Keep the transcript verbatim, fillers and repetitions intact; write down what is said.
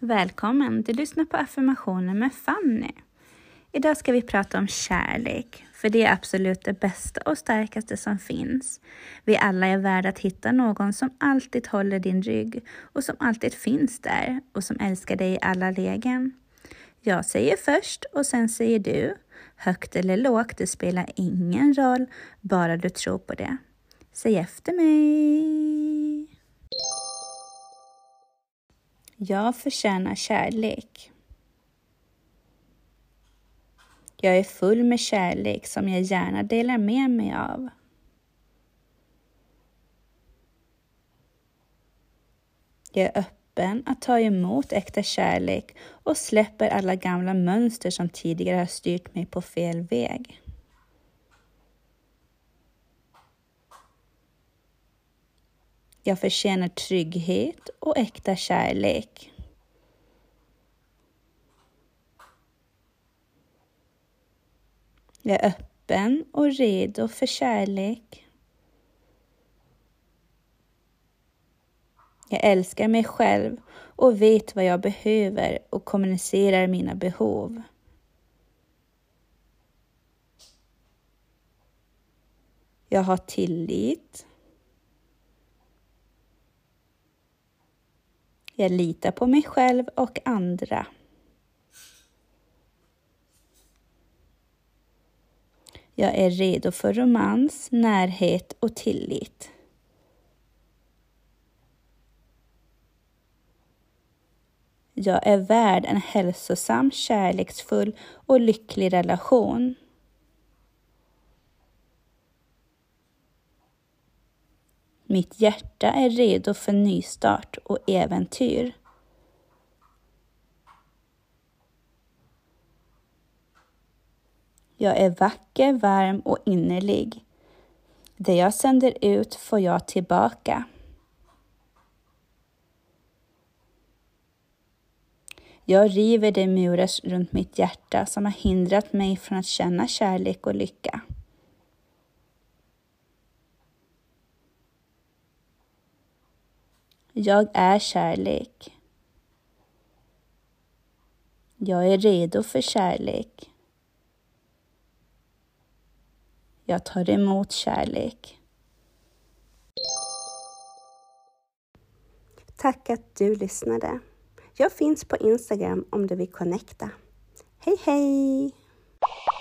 Välkommen, du lyssnar på affirmationer med Fanny. Idag ska vi prata om kärlek, för det är absolut det bästa och starkaste som finns. Vi alla är värda att hitta någon som alltid håller din rygg och som alltid finns där och som älskar dig i alla lägen. Jag säger först och sen säger du. Högt eller lågt, det spelar ingen roll, bara du tror på det. Säg efter mig. Jag förtjänar kärlek. Jag är full med kärlek som jag gärna delar med mig av. Jag är öppen att ta emot äkta kärlek och släpper alla gamla mönster som tidigare har styrt mig på fel väg. Jag förtjänar trygghet och äkta kärlek. Jag är öppen och redo för kärlek. Jag älskar mig själv och vet vad jag behöver och kommunicerar mina behov. Jag har tillit. Jag litar på mig själv och andra. Jag är redo för romans, närhet och tillit. Jag är värd en hälsosam, kärleksfull och lycklig relation. Mitt hjärta är redo för nystart och äventyr. Jag är vacker, varm och innerlig. Det jag sänder ut får jag tillbaka. Jag river de murar runt mitt hjärta som har hindrat mig från att känna kärlek och lycka. Jag är kärlek. Jag är redo för kärlek. Jag tar emot kärlek. Tack att du lyssnade. Jag finns på Instagram om du vill connecta. Hej hej!